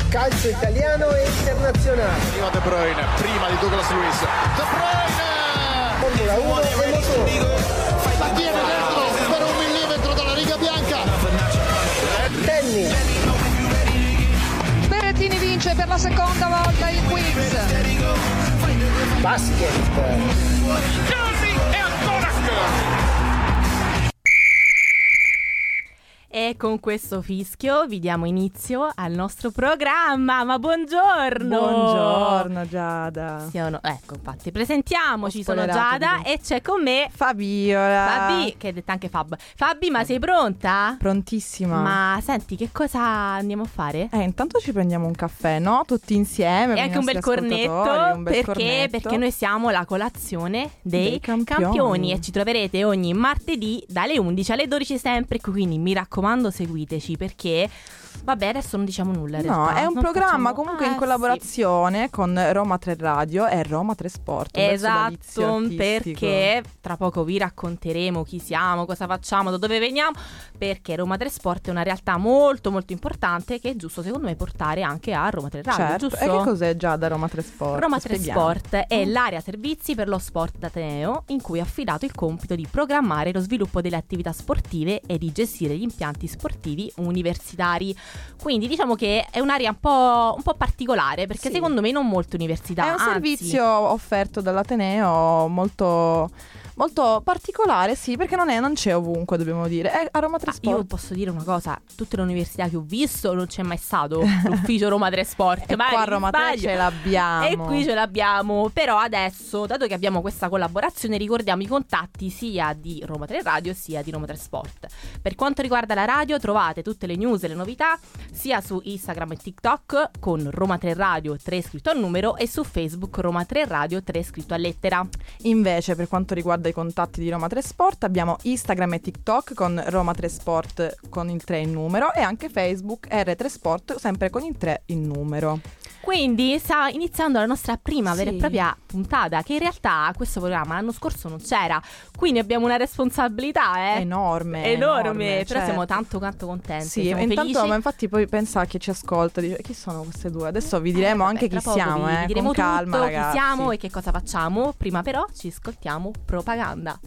calcio italiano e internazionale. Prima De Bruyne, prima di Douglas Luiz. De Bruyne! Formula 1 e motori. La tiene dentro per 1 millimetro dalla riga bianca. Tennis. Berrettini vince per la seconda volta il quiz. Basket. E ancora E con questo fischio vi diamo inizio al nostro programma. Ma buongiorno! Buongiorno Giada. Ecco, infatti, presentiamoci. Sono spoilerato Giada e c'è con me Fabiola. Fabi, che è detta anche Fab. Fabi, ma sei pronta? Prontissima. Ma senti, che cosa andiamo a fare? Intanto ci prendiamo un caffè, no? Tutti insieme. E anche un bel cornetto, perché noi siamo la colazione dei campioni e ci troverete ogni martedì dalle 11 alle 12 sempre, quindi mi raccomando seguiteci, perché vabbè, adesso non diciamo nulla in realtà. No, è un non programma facciamo... comunque in collaborazione con Roma 3 Radio e Roma 3 Sport. Esatto, perché tra poco vi racconteremo chi siamo, cosa facciamo, da dove veniamo, perché Roma 3 Sport è una realtà molto molto importante che è giusto secondo me portare anche a Roma 3 Radio, certo. giusto? E che cos'è Giada Roma 3 Sport? Roma 3 Spieghiamo. Sport è l'area servizi per lo sport d'Ateneo, in cui è affidato il compito di programmare lo sviluppo delle attività sportive e di gestire gli impianti sportivi universitari. Quindi diciamo che è un'area un po' particolare, perché sì, secondo me non molte università. È un servizio offerto dall'Ateneo molto particolare, sì, perché non c'è ovunque, dobbiamo dire. È a Roma 3 Sport. Io posso dire una cosa: tutte le università che ho visto non c'è mai stato l'ufficio Roma 3 Sport. E qua a Roma 3 ce l'abbiamo. E qui ce l'abbiamo. Però adesso, dato che abbiamo questa collaborazione, ricordiamo i contatti sia di Roma 3 Radio sia di Roma 3 Sport. Per quanto riguarda la radio, trovate tutte le news e le novità sia su Instagram e TikTok con Roma 3 Radio 3 scritto al numero, e su Facebook Roma 3 Radio 3 scritto a lettera. Invece, per quanto riguarda i contatti di Roma 3 Sport, abbiamo Instagram e TikTok con Roma 3 Sport con il 3 in numero, e anche Facebook R3 Sport sempre con il 3 in numero. Quindi sta iniziando la nostra prima vera e Sì. propria puntata, che in realtà questo programma l'anno scorso non c'era, quindi abbiamo una responsabilità Enorme, però certo. siamo tanto contenti, Sì, siamo intanto, felici. ma infatti poi pensa a chi ci ascolta, dice chi sono queste due? Adesso vi diremo Vabbè, anche chi tra poco siamo, vi diremo con calma, tutto, ragazzi. chi siamo e che cosa facciamo. Prima però ci ascoltiamo propaganda.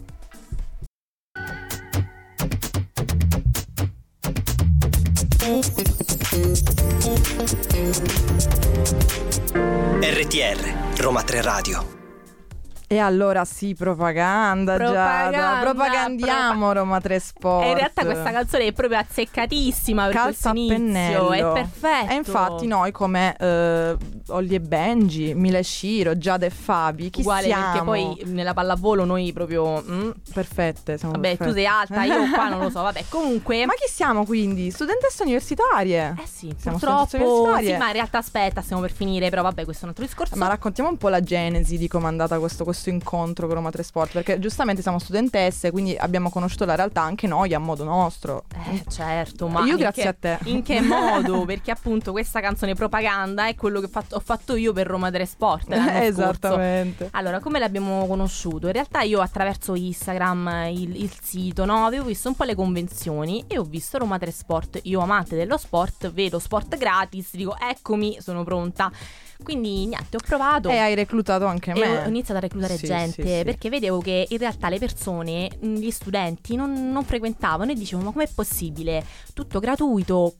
RTR Roma 3 Radio. E allora sì, propaganda, Giada. Propagandiamo Roma 3 Sport. E in realtà questa canzone è proprio azzeccatissima per questo calza a inizio, pennello. è perfetto. E infatti noi come Olli e Benji, Mile e Ciro, Giada e Fabi, chi uguale, siamo? perché poi nella pallavolo noi proprio perfette, siamo vabbè, perfette. tu sei alta, io qua non lo so, vabbè, comunque. Ma chi siamo quindi? Studentesse universitarie. Eh sì, Siamo purtroppo studentesse universitarie. sì, ma in realtà aspetta, stiamo per finire, però vabbè, questo è un altro discorso. Ma raccontiamo un po' la genesi di come è andata questo incontro con Roma 3 Sport, perché giustamente siamo studentesse, quindi abbiamo conosciuto la realtà anche noi a modo nostro. Certo, ma io grazie a te. In che modo? Perché appunto questa canzone propaganda è quello che ho fatto io per Roma 3 Sport l'anno Esattamente. scorso. Allora, come l'abbiamo conosciuto? In realtà io attraverso Instagram, il sito, no, avevo visto un po' le convenzioni e ho visto Roma 3 Sport. Io amante dello sport, vedo sport gratis, dico eccomi, sono pronta. Quindi niente, ho provato. E hai reclutato anche me. E ho iniziato a reclutare gente, sì. perché vedevo che in realtà le persone, gli studenti non frequentavano, e dicevo ma com'è possibile? Tutto gratuito,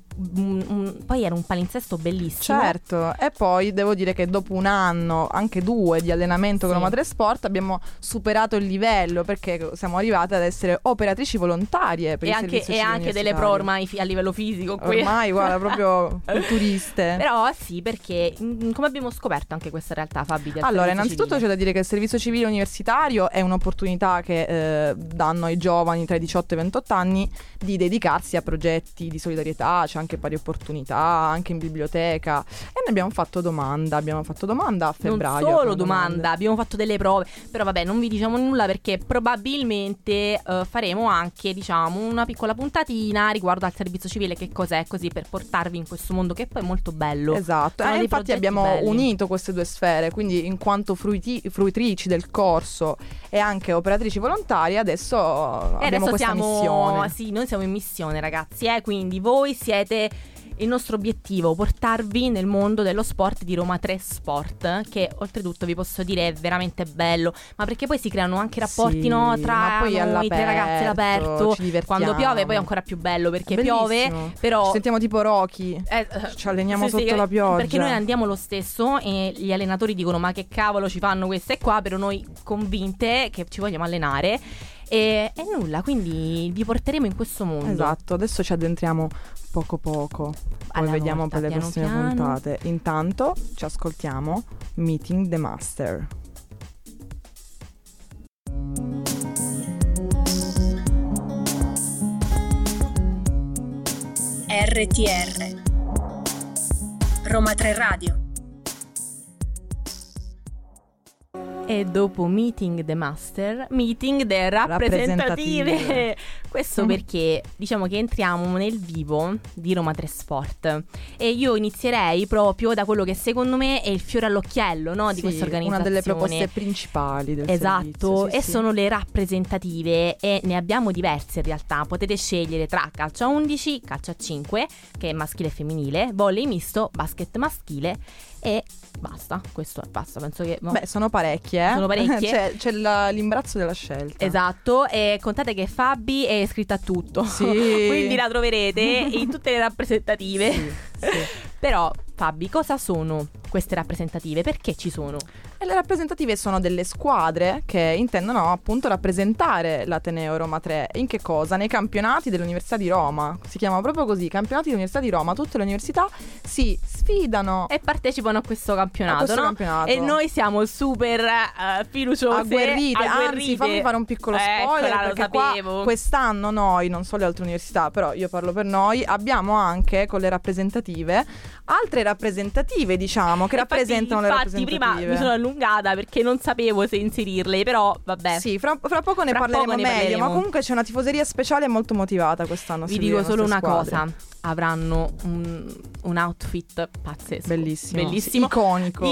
poi era un palinsesto bellissimo. Certo, e poi devo dire che dopo un anno, anche 2 di allenamento con Roma 3 Sport, abbiamo superato il livello, perché siamo arrivate ad essere operatrici volontarie per e anche delle pro ormai a livello fisico qui. Ormai guarda, proprio culturiste. Però sì, perché come abbiamo scoperto anche questa realtà, Fabi? Allora, innanzitutto c'è da dire che il servizio civile universitario è un'opportunità che danno ai giovani tra i 18 e i 28 anni di dedicarsi a progetti di solidarietà, c'è anche pari opportunità, anche in biblioteca, e ne abbiamo fatto domanda a febbraio. Non solo domanda, abbiamo fatto delle prove, però vabbè, non vi diciamo nulla perché probabilmente faremo anche, diciamo, una piccola puntatina riguardo al servizio civile, che cos'è, così per portarvi in questo mondo che poi è molto bello. Esatto, Sono dei infatti progetti abbiamo belli. unito queste due sfere, quindi in quanto fruitrici del corso e anche operatrici volontarie adesso abbiamo adesso questa missione. Sì, noi siamo in missione, ragazzi, quindi voi siete il nostro obiettivo, portarvi nel mondo dello sport di Roma 3 Sport, che oltretutto vi posso dire è veramente bello, ma perché poi si creano anche rapporti, Sì, no, ma tra poi noi, tre ragazze all'aperto. ci divertiamo. Quando piove poi è ancora più bello perché È piove, bellissimo. però Ci sentiamo tipo Rocky. Ci alleniamo sotto la pioggia. perché noi andiamo lo stesso e gli allenatori dicono ma che cavolo ci fanno queste qua, però noi convinte che ci vogliamo allenare. E nulla, quindi vi porteremo in questo mondo. Esatto, adesso ci addentriamo poco poco, poi Alla vediamo volta, per le piano prossime piano. puntate. Intanto ci ascoltiamo Meeting the Master. RTR Roma 3 Radio. E dopo Meeting the Master, Meeting the rappresentative. Questo perché diciamo che entriamo nel vivo di Roma 3 Sport. E io inizierei proprio da quello che secondo me è il fiore all'occhiello, no, di Sì, questa organizzazione. una delle proposte principali del Esatto, servizio, sì, e sì. sono le rappresentative e ne abbiamo diverse in realtà. Potete scegliere tra calcio a 11, calcio a 5, che è maschile e femminile, volley misto, basket maschile e basta. Questo basta, penso che Beh, sono parecchie, Sono parecchie. c'è l'imbarazzo della scelta. Esatto, e contate che Fabi è iscritta a tutto. Sì. Quindi la troverete in tutte le rappresentative. Sì, sì. Però Fabi, cosa sono queste rappresentative? Perché ci sono? E le rappresentative sono delle squadre che intendono appunto rappresentare l'Ateneo Roma 3. In che cosa? Nei campionati dell'Università di Roma. Si chiama proprio così, campionati dell'Università di Roma. Tutte le università si sfidano E partecipano a questo campionato, a questo no? campionato. E noi siamo super fiduciose, agguerrite. Anzi, fammi fare un piccolo spoiler, Eccola, lo perché sapevo. qua quest'anno noi, non solo le altre università, però io parlo per noi, abbiamo anche con le rappresentative altre rappresentative, diciamo, che rappresentano le infatti rappresentative. prima mi sono allungata perché non sapevo se inserirle, però vabbè. Sì, fra poco ne Fra parleremo poco ne meglio, parleremo. ma comunque c'è una tifoseria speciale molto motivata quest'anno. a Vi seguire dico le solo una nostre squadre. cosa. Avranno un outfit pazzesco. Bellissimo. Bellissimo. Iconico.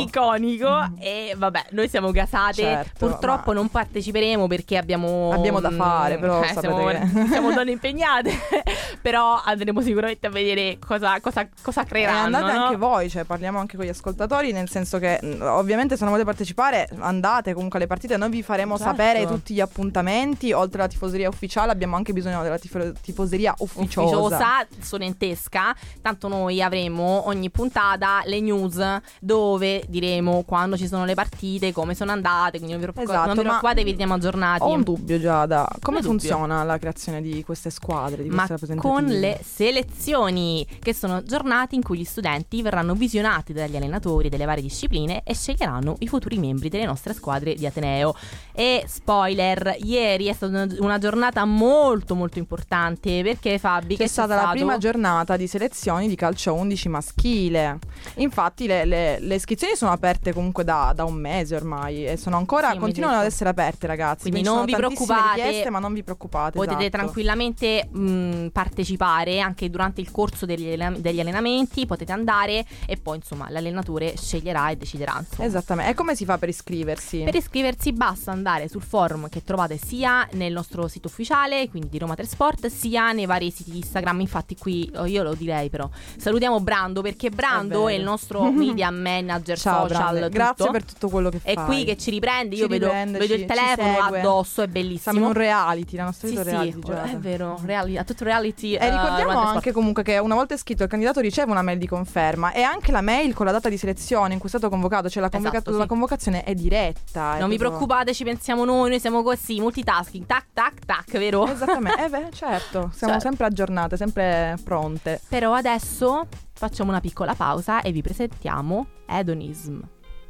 E vabbè, noi siamo gasate. Certo, Purtroppo ma- non parteciperemo perché abbiamo da fare, però sapete siamo donne impegnate. Però andremo sicuramente a vedere cosa E creeranno, andate no? anche voi, cioè parliamo anche con gli ascoltatori, nel senso che ovviamente se non volete partecipare andate comunque alle partite, noi vi faremo Certo. sapere tutti gli appuntamenti. Oltre alla tifoseria ufficiale abbiamo anche bisogno della tifoseria ufficiosa. Studentesca. Tanto noi avremo ogni puntata le news dove diremo quando ci sono le partite, come sono andate, quindi non vi Esatto, non vi ma preoccupate, vi teniamo aggiornati. Ho un dubbio, Giada, come Come dubbio? funziona la creazione di queste squadre, di Ma queste rappresentative? con le selezioni, che sono giornate in cui gli studenti verranno visionati dagli allenatori delle varie discipline e sceglieranno i futuri membri delle nostre squadre di Ateneo. E spoiler, ieri è stata una giornata molto molto importante, perché Fabi, C'è stata la prima giornata di selezioni di calcio a 11 maschile. Infatti le iscrizioni sono aperte comunque da un mese ormai e sono ancora, Sì, mi continuano detto. ad essere aperte, ragazzi. Quindi ci non sono vi tantissime preoccupate, richieste, ma non vi preoccupate. Potete esatto. tranquillamente partecipare anche durante il corso degli allenamenti, potete andare e poi insomma l'allenatore sceglierà e deciderà, insomma. Esattamente. E come si fa per iscriversi? Per iscriversi basta andare sul forum che trovate sia nel nostro sito ufficiale, quindi di Roma 3 Sport, sia nei vari siti Instagram. Infatti qui io lo direi, però salutiamo Brando, perché Brando è il nostro media manager Ciao, social, Brande. tutto. Grazie per tutto quello che fai. È qui che ci riprende, io Ci vedo riprende, il ci telefono segue. addosso, è bellissimo. Siamo in un reality, la nostra Sì, vita è sì, reality, Giada. è vero, a tutto reality. E ricordiamo Roma 3 anche Sport. comunque che una volta iscritto il candidato riceve una mail di conferma e anche la mail con la data di selezione in cui è stato convocato, cioè Esatto, la sì. convocazione è diretta. è Non vi proprio- preoccupate, ci pensiamo noi siamo così, multitasking, tac tac tac, vero? Esattamente, certo, siamo Cioè. sempre aggiornate, sempre pronte. Però adesso facciamo una piccola pausa e vi presentiamo Hedonism.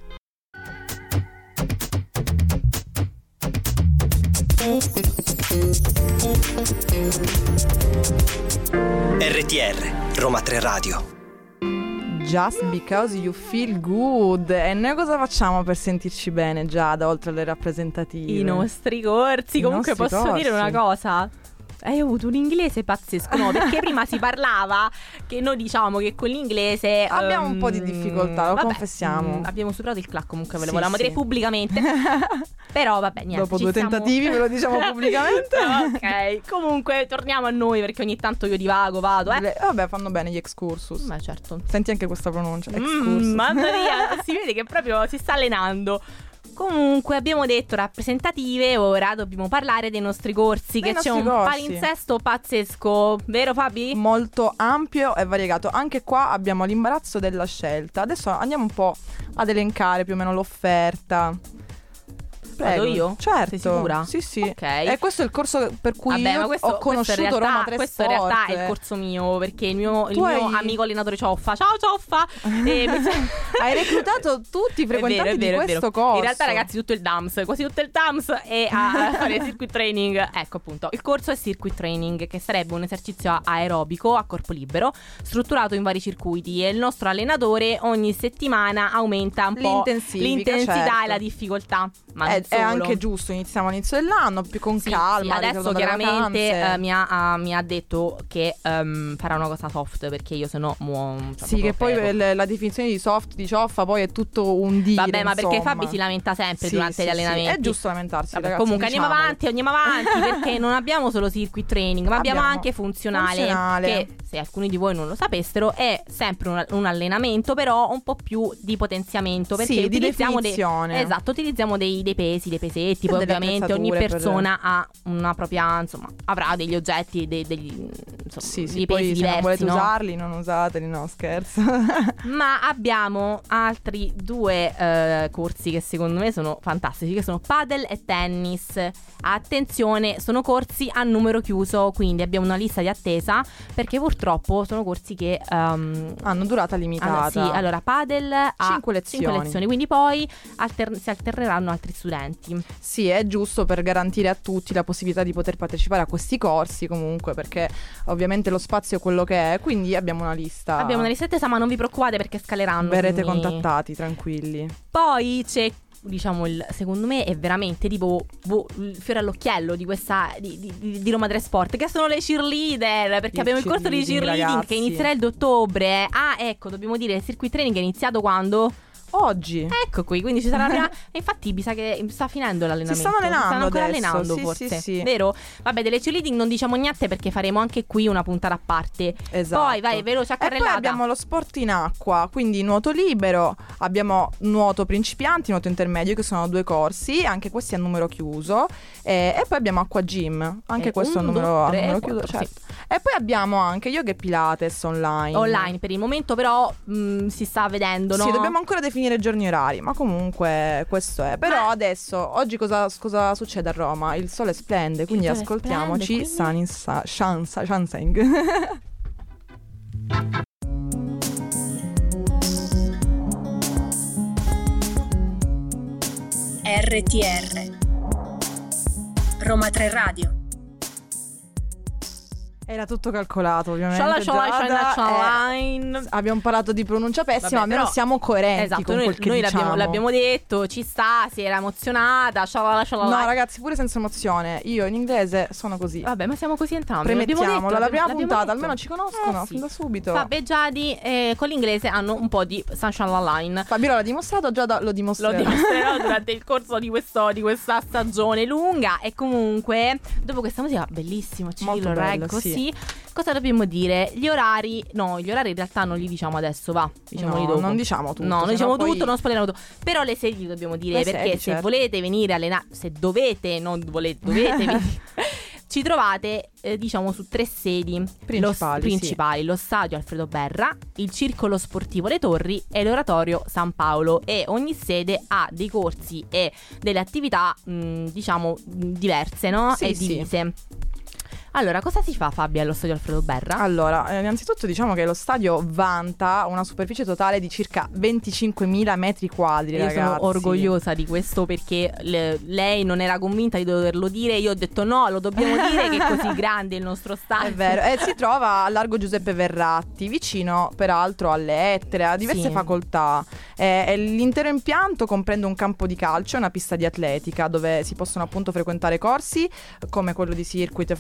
RTR Roma 3 Radio. Just because you feel good. E noi cosa facciamo per sentirci bene, Giada, oltre alle rappresentative? I nostri corsi. I Comunque nostri posso corsi. dire una cosa? Hai avuto un inglese pazzesco, no? Perché prima si parlava che noi diciamo che con l'inglese Abbiamo un po' di difficoltà, lo confessiamo. Abbiamo superato il clac, comunque ve lo Sì, volevamo sì. dire pubblicamente. Però vabbè, niente. Dopo 2 tentativi ve lo diciamo pubblicamente. Ok, comunque torniamo a noi perché ogni tanto io divago, vado. Vabbè, fanno bene gli excursus. Ma certo. Senti anche questa pronuncia, excursus. Mamma mia, si vede che proprio si sta allenando. Comunque abbiamo detto rappresentative, ora dobbiamo parlare dei nostri corsi, che c'è un palinsesto pazzesco, vero Fabi? Molto ampio e variegato. Anche qua abbiamo l'imbarazzo della scelta. Adesso andiamo un po' ad elencare più o meno l'offerta. Prego. Vado io? Certo. Sei sicura? Sì. Ok. E questo è il corso per cui ma ho conosciuto Roma 3 Questo Sport. in realtà è il corso mio, perché il mio amico allenatore Cioffa. Ciao Cioffa! Hai reclutato tutti i frequentanti di questo corso. In realtà ragazzi quasi tutto il DAMS è a fare circuit training. Ecco appunto, il corso è circuit training, che sarebbe un esercizio aerobico a corpo libero, strutturato in vari circuiti, e il nostro allenatore ogni settimana aumenta un po' l'intensità, certo, e la difficoltà. Ma è anche giusto, iniziamo all'inizio dell'anno più con calma. Sì, adesso chiaramente mi ha detto che farà una cosa soft, perché io sennò sì, che poi la definizione di soft di Cioffa poi è tutto un dire. Vabbè, ma insomma, perché Fabi si lamenta sempre durante gli allenamenti. È giusto lamentarsi. Vabbè, ragazzi, comunque diciamolo. andiamo avanti perché non abbiamo solo circuit training, ma abbiamo anche funzionale, che se alcuni di voi non lo sapessero è sempre un allenamento, però un po' più di potenziamento, perché utilizziamo utilizziamo dei pesi, dei pesetti, poi ovviamente ogni persona ha una propria, insomma, avrà degli oggetti, dei pesi poi diversi, se non volete no? usarli non usateli, no scherzo. Ma abbiamo altri 2 corsi che secondo me sono fantastici, che sono padel e tennis. Attenzione, sono corsi a numero chiuso, quindi abbiamo una lista di attesa, perché purtroppo sono corsi che hanno durata limitata. Sì, allora padel ha 5 lezioni, quindi poi si alterneranno altri studenti. Sì, è giusto per garantire a tutti la possibilità di poter partecipare a questi corsi, comunque, perché ovviamente lo spazio è quello che è, quindi abbiamo una lista. Abbiamo una lista attesa, ma non vi preoccupate perché scaleranno. Verrete contattati, tranquilli. Poi c'è, diciamo, secondo me è veramente tipo il fiore all'occhiello di questa di Roma 3 Sport, che sono le cheerleader, perché abbiamo il corso di cheerleading, ragazzi, che inizierà il 2 ottobre. Ecco, dobbiamo dire, il circuit training è iniziato quando? Oggi. Ecco qui, quindi ci sarà la prima. E infatti mi sa che sta finendo l'allenamento. Si stanno ancora adesso. allenando, sì, forse. sì. Vero? Vabbè, delle cheerleading non diciamo niente, perché faremo anche qui una puntata a parte. Esatto. Poi vai veloce a carrellata. E poi abbiamo lo sport in acqua, quindi nuoto libero, abbiamo nuoto principianti, nuoto intermedio, che sono 2 corsi, anche questi a numero chiuso, e poi abbiamo acqua gym, anche questo a numero chiuso, certo. Sì. E poi abbiamo anche yoga e pilates online per il momento, però si sta vedendo, no? Sì, dobbiamo ancora definire giorni orari, ma comunque questo è. Però adesso, oggi cosa succede a Roma? Il sole splende, quindi ascoltiamoci Shanseng. RTR Roma 3 Radio. Era tutto calcolato, ovviamente. Abbiamo parlato di pronuncia pessima, almeno siamo coerenti. Esatto, con quel che diciamo. l'abbiamo detto, ci sta, si era emozionata. No, ragazzi, pure senza emozione. Io in inglese sono così. Vabbè, ma siamo così entrambi. Premettiamolo, la prima puntata, detto. almeno ci conoscono Sì. fin da subito. Fabio e Giadi con l'inglese hanno un po' di Sunshine Line. Fabio l'ha dimostrato, Giada lo dimostrerò. Lo dimostrerò durante il corso di questa stagione lunga. E comunque, dopo questa musica bellissimo, molto bello, così. Cosa dobbiamo dire? Gli orari in realtà non li diciamo adesso, diciamoli dopo. Non diciamo tutto. No, non diciamo tutto, non spoileriamo tutto. Però le sedi li dobbiamo dire, perché se volete venire a allenare, se dovete venire, ci trovate diciamo su 3 sedi principali, lo stadio Alfredo Berra, il circolo sportivo Le Torri e l'oratorio San Paolo, e ogni sede ha dei corsi e delle attività diciamo diverse, no? Sì, e divise. Allora, cosa si fa, Fabio, allo stadio Alfredo Berra? Allora, innanzitutto diciamo che lo stadio vanta una superficie totale di circa 25.000 metri quadri, Io ragazzi. sono orgogliosa di questo, perché lei non era convinta di doverlo dire. Io ho detto no, lo dobbiamo dire, che è così grande il nostro stadio. È vero, e si trova a largo Giuseppe Verratti, vicino peraltro alle Ettere, a diverse facoltà. L'intero impianto comprende un campo di calcio e una pista di atletica, dove si possono appunto frequentare corsi come quello di circuit funzionale,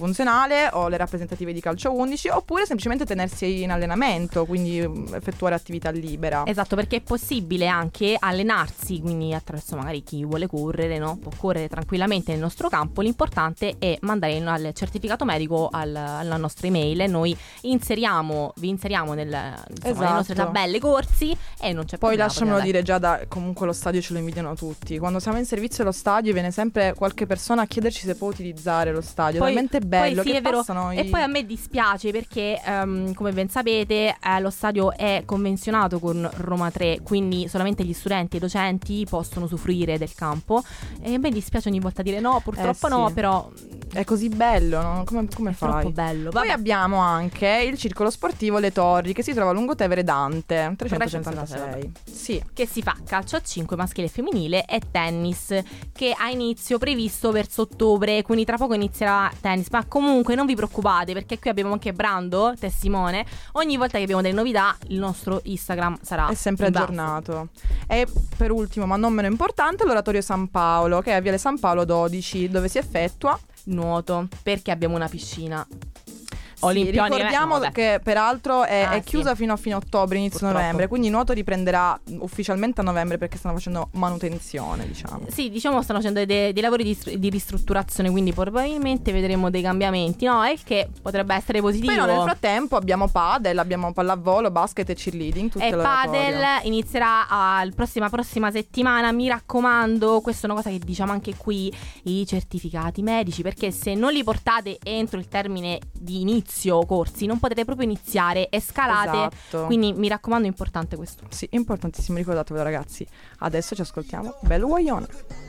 nazionale o le rappresentative di calcio 11, oppure semplicemente tenersi in allenamento, quindi effettuare attività libera. Esatto, perché è possibile anche allenarsi, quindi attraverso magari chi vuole correre, no? Può correre tranquillamente nel nostro campo. L'importante è mandare il certificato medico alla nostra email e noi vi inseriamo nelle nostre tabelle corsi e non c'è poi problema. lasciamelo dire, Giada, comunque lo stadio ce lo invidiano tutti. Quando siamo in servizio allo stadio viene sempre qualche persona a chiederci se può utilizzare lo stadio. È talmente bello sì, che è vero. passano E poi a me dispiace perché come ben sapete lo stadio è convenzionato con Roma 3, quindi solamente gli studenti e i docenti possono usufruire del campo, e a me dispiace ogni volta dire no, purtroppo sì. no, però è così bello, no? Come è fai? troppo bello. Poi abbiamo anche il circolo sportivo Le Torri, che si trova a Lungotevere Dante 386. Sì. Che si fa calcio a 5 maschile e femminile e tennis, che ha inizio previsto verso ottobre, quindi tra poco inizierà tennis. Ma comunque non vi preoccupate, perché qui abbiamo anche Brando, testimone. Ogni volta che abbiamo delle novità il nostro Instagram sarà è sempre in basso. aggiornato. E per ultimo, ma non meno importante, l'oratorio San Paolo, che è a Viale San Paolo 12, dove si effettua nuoto, perché abbiamo una piscina olimpica. Ricordiamo che peraltro è chiusa sì. fino a fine ottobre, inizio Purtroppo. novembre, quindi il nuoto riprenderà ufficialmente a novembre, perché stanno facendo manutenzione, diciamo. Sì, diciamo stanno facendo dei lavori di ristrutturazione, quindi probabilmente vedremo dei cambiamenti, no? E che potrebbe essere positivo. Però nel frattempo abbiamo padel, abbiamo pallavolo, basket e cheerleading, tutte e padel inizierà prossima settimana. Mi raccomando, questa è una cosa che diciamo anche qui, i certificati medici, perché se non li portate entro il termine di inizio corsi non potete proprio iniziare e scalate. Esatto. Quindi mi raccomando, è importante questo. Sì, importantissimo, ricordatevelo ragazzi. Adesso ci ascoltiamo Bello Guaglione.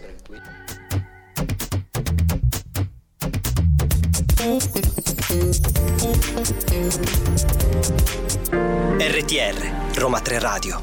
RTR Roma 3 Radio.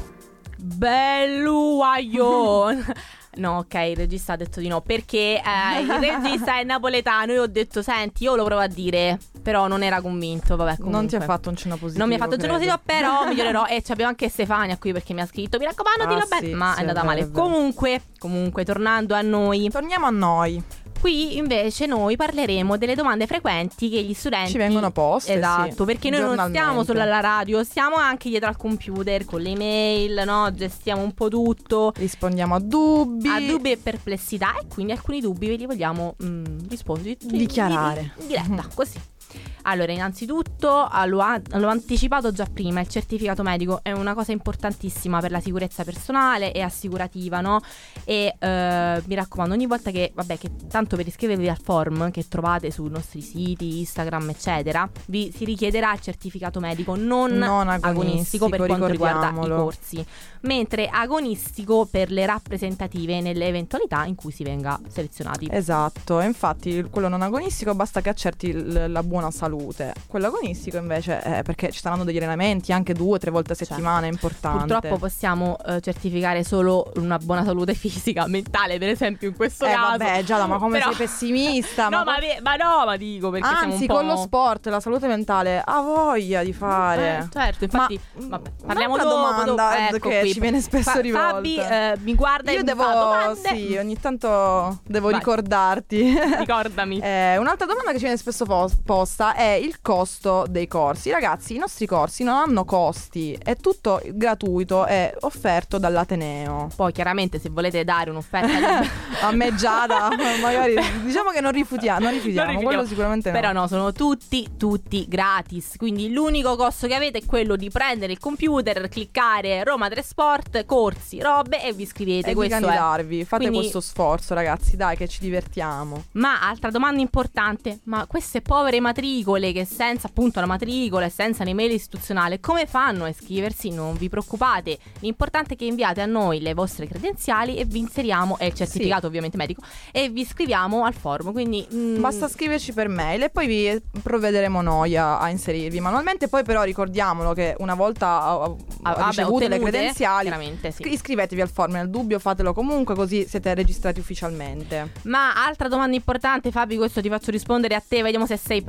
Bello guaglione. No, ok, il regista ha detto di no, perché il regista è napoletano. Io ho detto, senti, io lo provo a dire, però non era convinto. Vabbè, comunque. Non ti ha fatto un cenno positivo. Non mi ha fatto un cenno positivo, però migliorerò. E abbiamo anche Stefania qui, perché mi ha scritto, mi raccomando, dillo bene. Sì, ma sì, è andata è male. vero. Comunque, tornando a noi. Torniamo a noi. Qui invece noi parleremo delle domande frequenti che gli studenti ci vengono poste. Esatto, sì, perché noi non stiamo solo alla radio, stiamo anche dietro al computer con le email, no? Gestiamo un po' tutto. Rispondiamo a dubbi E perplessità, e quindi alcuni dubbi ve li vogliamo rispondere, dichiarare in diretta, così. Allora, innanzitutto, l'ho anticipato già prima, il certificato medico è una cosa importantissima per la sicurezza personale e assicurativa, no? E mi raccomando, ogni volta che tanto per iscrivervi al form che trovate sui nostri siti, Instagram, eccetera, vi si richiederà il certificato medico non agonistico per quanto riguarda i corsi, mentre agonistico per le rappresentative nelle eventualità in cui si venga selezionati. Esatto, e infatti quello non agonistico basta che accerti la buona salute. Quello agonistico invece è perché ci saranno degli allenamenti anche 2 o 3 volte a settimana, è importante. Purtroppo possiamo certificare solo una buona salute fisica, mentale per esempio in questo caso. Vabbè Giada, ma come sei pessimista? No, ma dico perché anzi, siamo un con po'... lo sport la salute mentale ha voglia di fare. Certo, infatti vabbè, parliamo un'altra dopo. domanda Ecco che qui. ci viene spesso rivolta. Fabi mi guarda io e devo, mi fa domande. sì, ogni tanto devo Vai. ricordarti. Ricordami. Un'altra domanda che ci viene spesso posta è il costo dei corsi. Ragazzi, i nostri corsi non hanno costi, è tutto gratuito, è offerto dall'Ateneo. Poi chiaramente se volete dare un'offerta a me Giada, magari diciamo che non rifiutiamo, quello sicuramente no. Però no, sono tutti gratis. Quindi l'unico costo che avete è quello di prendere il computer, cliccare Roma 3 Sport, corsi, robe e vi iscrivete. E questo di candidarvi, fate quindi... questo sforzo ragazzi, dai che ci divertiamo. Ma altra domanda importante, ma queste povere matricole che senza appunto la matricola e senza l'email istituzionale come fanno a iscriversi? Non vi preoccupate, l'importante è che inviate a noi le vostre credenziali e vi inseriamo, e il certificato ovviamente medico, e vi iscriviamo al forum, quindi basta scriverci per mail e poi vi provvederemo noi a inserirvi manualmente. Poi però ricordiamolo che una volta ricevute le credenziali, iscrivetevi al forum, nel dubbio fatelo comunque, così siete registrati ufficialmente. Ma altra domanda importante, Fabi, questo ti faccio rispondere a te, vediamo se sei preparato.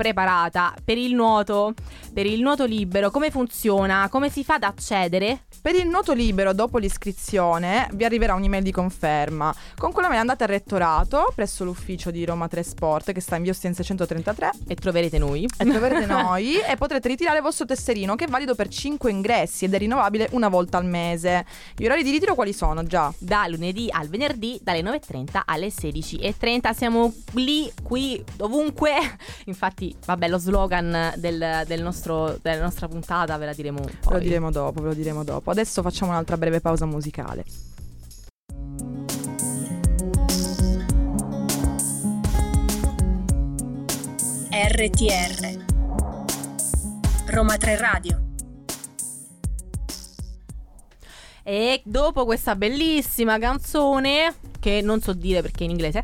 puntata. Per il nuoto libero, come funziona? Come si fa ad accedere? Per il nuoto libero, dopo l'iscrizione, vi arriverà un'email di conferma. Con quella mail andate al rettorato presso l'ufficio di Roma 3 Sport, che sta in via Ostiense 133. E troverete noi. E potrete ritirare il vostro tesserino, che è valido per 5 ingressi ed è rinnovabile una volta al mese. Gli orari di ritiro quali sono già? Da lunedì al venerdì, dalle 9:30 alle 16:30. Siamo lì, qui, dovunque. Infatti, vabbè, lo slogan della nostra puntata ve la diremo poi. Ve lo diremo dopo. Adesso facciamo un'altra breve pausa musicale. RTR Roma 3 Radio. E dopo questa bellissima canzone, che non so dire perché è in inglese,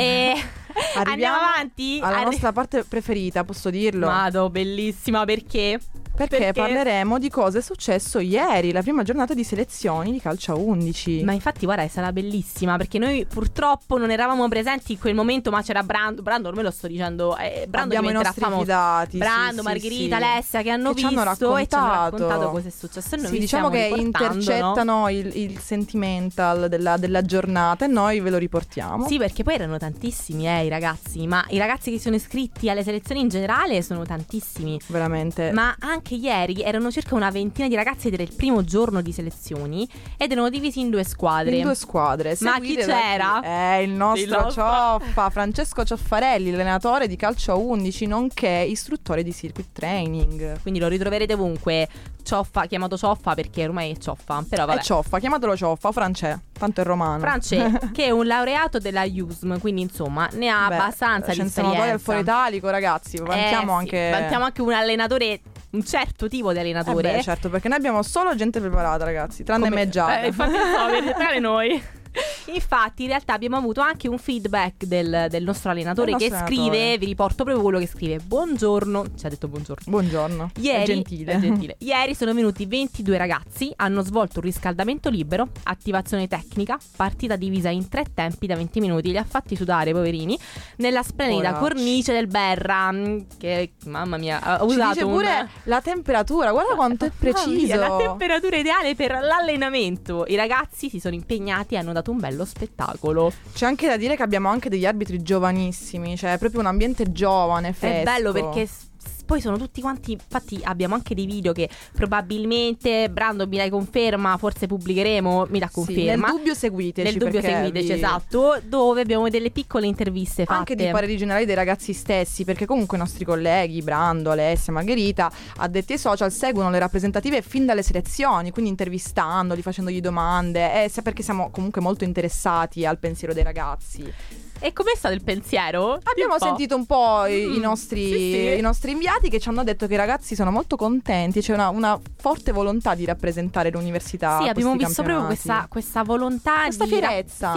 andiamo avanti alla nostra parte preferita, posso dirlo? Vado, bellissima, perché? Perché parleremo di cosa è successo ieri, la prima giornata di selezioni di calcio a 11. Ma infatti guarda, sarà bellissima, perché noi purtroppo non eravamo presenti in quel momento, ma c'era Brando, ormai lo sto dicendo, Brando abbiamo i nostri fidati, Brando, sì, Margherita, sì. Alessia, che hanno ci visto hanno e ci hanno raccontato cosa è successo. E noi sì, vi diciamo stiamo che riportando, intercettano, no? il sentimental della giornata e noi ve lo riportiamo. Sì, perché poi erano tantissimi i ragazzi, ma i ragazzi che sono iscritti alle selezioni in generale sono tantissimi. Veramente. Ma anche ieri erano circa una ventina di ragazzi ed era il primo giorno di selezioni ed erano divisi in 2 squadre. Ma chi c'era? Il nostro Cioffa, Francesco Cioffarelli, allenatore di calcio a 11, nonché istruttore di circuit training. Quindi lo ritroverete ovunque. Cioffa, chiamato Cioffa perché ormai è Cioffa, però vabbè. È Cioffa, chiamatelo Cioffa o Francè, tanto è romano. Francè, che è un laureato della USM, quindi insomma ne ha abbastanza di esperienza. Al Foro Italico, ragazzi, vantiamo anche un allenatore, un certo tipo di allenatore. Certo, perché noi abbiamo solo gente preparata, ragazzi, tranne me già. Infatti per noi. Infatti in realtà abbiamo avuto anche un feedback del nostro allenatore che scrive, vi riporto proprio quello che scrive: buongiorno, ci ha detto buongiorno. Ieri, è gentile. Ieri sono venuti 22 ragazzi, hanno svolto un riscaldamento libero, attivazione tecnica, partita divisa in 3 tempi da 20 minuti, li ha fatti sudare, poverini, nella splendida cornice del Berra, che mamma mia, ha usato dice pure la temperatura, guarda quanto è preciso. La temperatura ideale per l'allenamento. I ragazzi si sono impegnati e hanno dato un bello spettacolo. C'è anche da dire che abbiamo anche degli arbitri giovanissimi, cioè è proprio un ambiente giovane, fresco. È bello perché poi sono tutti quanti, infatti abbiamo anche dei video che probabilmente Brando mi dai conferma, forse pubblicheremo, mi dà conferma. Nel dubbio seguiteci, esatto, dove abbiamo delle piccole interviste fatte. Anche di pareri generali dei ragazzi stessi, perché comunque i nostri colleghi, Brando, Alessia, Margherita, addetti ai social, seguono le rappresentative fin dalle selezioni, quindi intervistandoli, facendogli domande, perché siamo comunque molto interessati al pensiero dei ragazzi. E com'è stato il pensiero? Abbiamo sentito un po' i nostri inviati che ci hanno detto che i ragazzi sono molto contenti, c'è una forte volontà di rappresentare l'università. Sì, abbiamo visto proprio questa volontà, questa fierezza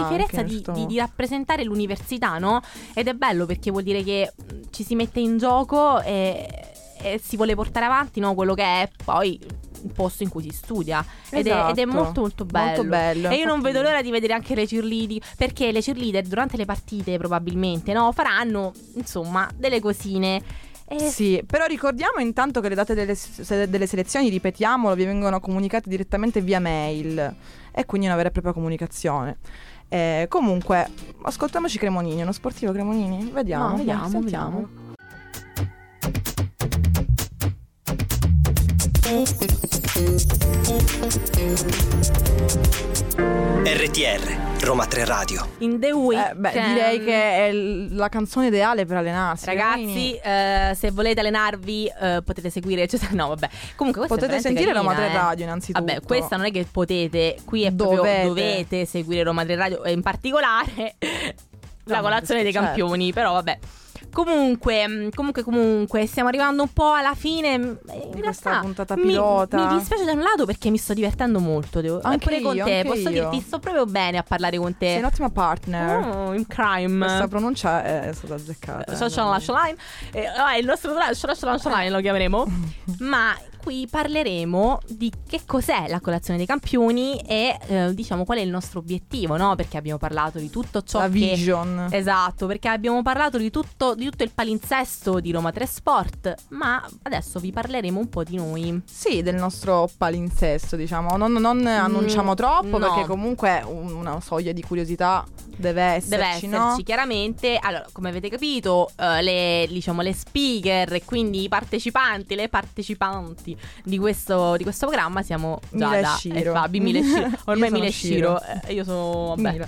di rappresentare l'università, no? Ed è bello perché vuol dire che ci si mette in gioco e si vuole portare avanti, no, quello che è poi il posto in cui si studia. Ed è molto molto bello. Molto bello. E io non vedo l'ora di vedere anche le cheerleading, perché le cheerleader durante le partite probabilmente, no, faranno insomma delle cosine. Sì, però ricordiamo intanto che le date delle selezioni, ripetiamolo, vi vengono comunicate direttamente via mail e quindi una vera e propria comunicazione. Comunque, ascoltiamoci Cremonini, uno sportivo Cremonini? Vediamo. RTR Roma 3 Radio. In the weekend. Direi che è la canzone ideale per allenarsi. Ragazzi, se volete allenarvi potete seguire, no vabbè. Comunque potete sentire Roma 3 Radio innanzitutto. Vabbè, questa non è che potete, qui è proprio dovete seguire Roma 3 Radio, e in particolare la colazione dei campioni, però vabbè. Comunque, stiamo arrivando un po' alla fine. In questa puntata pilota. Mi dispiace da un lato perché mi sto divertendo molto. Anche con te, posso dirti, sto proprio bene a parlare con te. Sei un'ottima partner. In crime. Questa pronuncia è stata azzeccata. Il nostro line lo chiameremo. Ma cui parleremo di che cos'è la colazione dei campioni e diciamo qual è il nostro obiettivo, no? Perché abbiamo parlato di tutto ciò La vision. Esatto, perché abbiamo parlato di tutto il palinsesto di Roma 3 Sport, ma adesso vi parleremo un po' di noi. Sì, del nostro palinsesto, diciamo. Non annunciamo troppo, no. perché comunque una soglia di curiosità deve esserci, no? Chiaramente. Allora, come avete capito, le speaker e quindi i partecipanti, le partecipanti di questo programma siamo Giada Mila e Ciro. e Fabi. Mila e Ciro. Ormai Io sono Mila e Ciro. Ciro. Io sono Mila.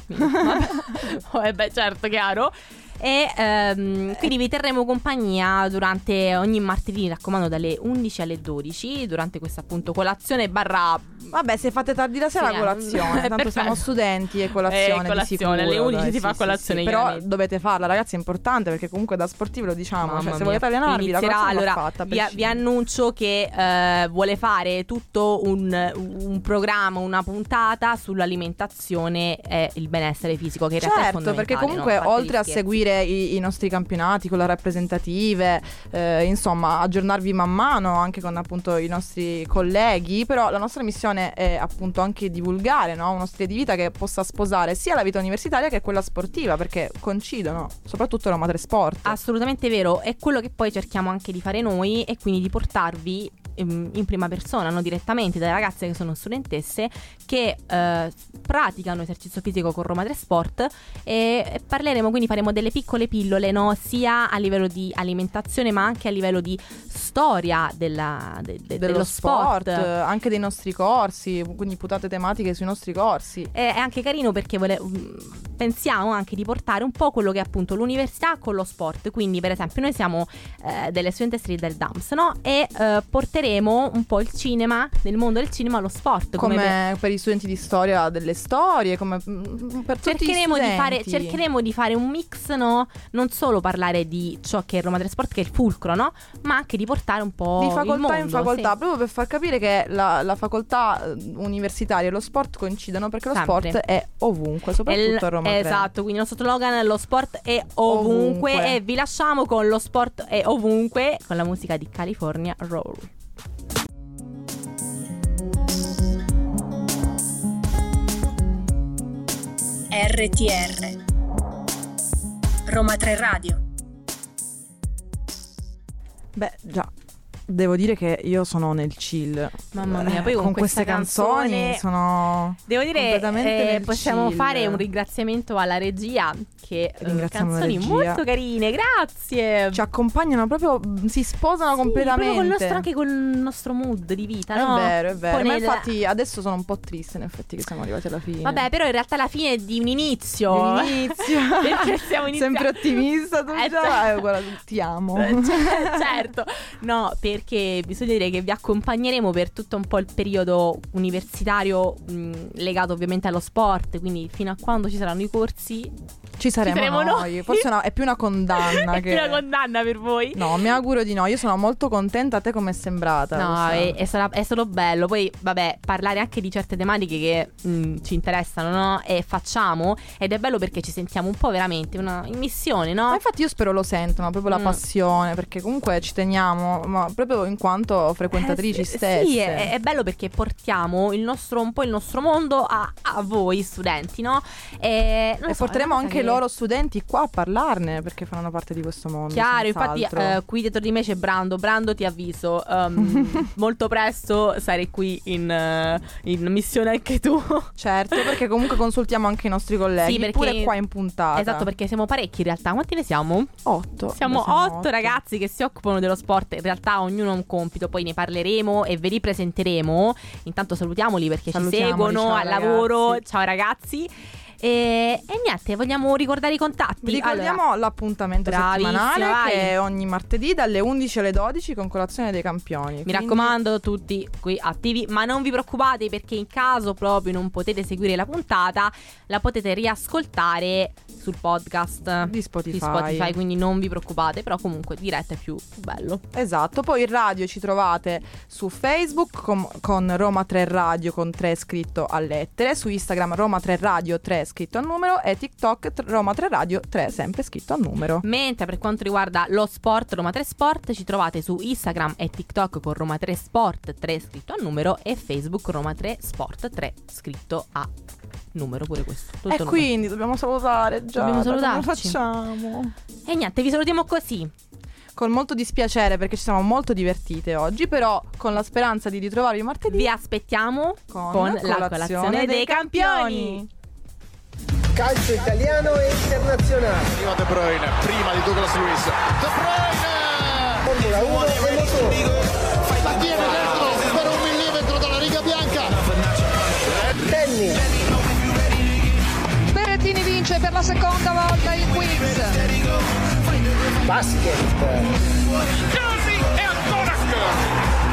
Vabbè, certo, chiaro. E quindi vi terremo compagnia durante ogni martedì, mi raccomando, dalle 11 alle 12, durante questa appunto colazione barra. Vabbè, se fate tardi la sera, Sì, colazione. Tanto perfetto. siamo studenti e colazione di sicuro. Alle 11 dai, si fa sì, colazione, sì. Però chiaramente. dovete farla, ragazzi, è importante, perché comunque da sportivi lo diciamo. Mamma Cioè, se mia. volete allenarvi, la Inizierà, colazione va allora, fatta. vi annuncio che vuole fare tutto un programma, una puntata sull'alimentazione e il benessere fisico, che in realtà è Certo, fondamentale, perché comunque no? A parte oltre gli a scherzi. seguire i nostri campionati con le rappresentative, insomma, aggiornarvi man mano anche con appunto i nostri colleghi, però la nostra missione è appunto anche divulgare, no? Uno stile di vita che possa sposare sia la vita universitaria che quella sportiva, perché coincidono, soprattutto Roma 3 Sport. Assolutamente vero, è quello che poi cerchiamo anche di fare noi, e quindi di portarvi in prima persona, no? Direttamente dalle ragazze che sono studentesse che praticano esercizio fisico con Roma 3 Sport, e parleremo, quindi faremo delle piccole pillole, no? Sia a livello di alimentazione ma anche a livello di storia dello sport. Anche dei nostri corsi, quindi puntate tematiche sui nostri corsi. È anche carino perché pensiamo anche di portare un po' quello che è appunto l'università con lo sport. Quindi per esempio noi siamo delle studentesse del DAMS, no? E porteremo un po' il cinema, nel mondo del cinema, allo sport, come per gli studenti di storia delle storie, come per tutti gli studenti. Cercheremo di fare un mix, no? Non solo parlare di ciò che è Roma 3 Sport, che è il fulcro, no? Ma anche di portare un po' di il facoltà mondo, in facoltà, sì. proprio per far capire che la facoltà universitaria e lo sport coincidono, perché lo Sempre. sport è ovunque, soprattutto a Roma 3. Esatto, quindi il nostro slogan: lo sport è ovunque. E vi lasciamo con Lo sport è ovunque, con la musica di California Roll. RTR Roma 3 Radio. Beh, già, devo dire che io sono nel chill. Mamma mia, poi con queste canzoni canzone sono devo dire, completamente nel possiamo chill. fare un ringraziamento alla regia, che Ringraziamo la canzoni regia. molto carine, grazie. Ci accompagnano proprio, si sposano Sì, completamente. proprio anche con il nostro mood di vita, È no? vero, è vero. Poi Ma nel- infatti adesso sono un po' triste, in effetti, che siamo arrivati alla fine. Vabbè, però in realtà la fine è di un inizio. Di un inizio. Perché stiamo iniziando. Sempre ottimista tu già. Certo. Guarda, ti amo. Certo. No, perché bisogna dire che vi accompagneremo per tutto un po' il periodo universitario, legato ovviamente allo sport, quindi fino a quando ci saranno i corsi Ci saremo noi. Forse è più una condanna. È più una condanna per voi? No, mi auguro di no. Io sono molto contenta. A te com'è sembrata? No, questa- è solo bello. Poi, vabbè, parlare anche di certe tematiche che ci interessano, no? E facciamo. Ed è bello perché ci sentiamo un po' veramente in missione, no? Ma infatti io spero lo sentano, proprio la passione, perché comunque ci teniamo, ma proprio in quanto frequentatrici stesse. Sì, è bello perché portiamo un po' il nostro mondo a voi studenti, no? E porteremo anche loro studenti qua a parlarne, perché faranno parte di questo mondo. Chiaro, infatti senz'altro. qui dietro di me c'è Brando. Brando, ti avviso, molto presto sarai qui in missione anche tu. Certo, perché comunque consultiamo anche i nostri colleghi, Sì, perché- pure qua in puntata. Esatto, perché siamo parecchi in realtà. Quanti ne siamo? 8. Siamo 8 ragazzi che si occupano dello sport. In realtà ognuno ha un compito, poi ne parleremo e ve li presenteremo. Intanto salutiamoli perché Salutiamoli, ci seguono ciao, al ragazzi. lavoro. Ciao ragazzi. E niente, vogliamo ricordare i contatti. Vi ricordiamo Allora, l'appuntamento bravissima, settimanale, vai. che è ogni martedì dalle 11 alle 12 con colazione dei campioni. mi Quindi- raccomando, tutti qui attivi, ma non vi preoccupate, perché in caso proprio non potete seguire la puntata, la potete riascoltare sul podcast Di Spotify. quindi non vi preoccupate, però comunque diretta è più bello. Esatto, poi in radio ci trovate su Facebook con Roma 3 Radio con 3 scritto a lettere, su Instagram Roma 3 Radio 3 scritto a numero, e TikTok Roma 3 Radio 3 sempre scritto a numero. Mentre per quanto riguarda lo sport, Roma 3 Sport, ci trovate su Instagram e TikTok con Roma 3 Sport 3 scritto a numero e Facebook Roma 3 Sport 3 scritto a numero, pure questo. Tutto E numero. quindi dobbiamo salutare già. Dobbiamo Come salutarci. facciamo? E niente, vi salutiamo così. Con molto dispiacere perché ci siamo molto divertite oggi, però con la speranza di ritrovarvi martedì Vi aspettiamo con la colazione dei campioni. Calcio italiano e internazionale. Arriva De Bruyne, prima di Douglas Luiz. De Bruyne! Formula 1 e motori. La tiene dentro per 1 millimetro dalla riga bianca. Tennis. Berrettini vince per la seconda volta il quiz. Basket. Casi e ancora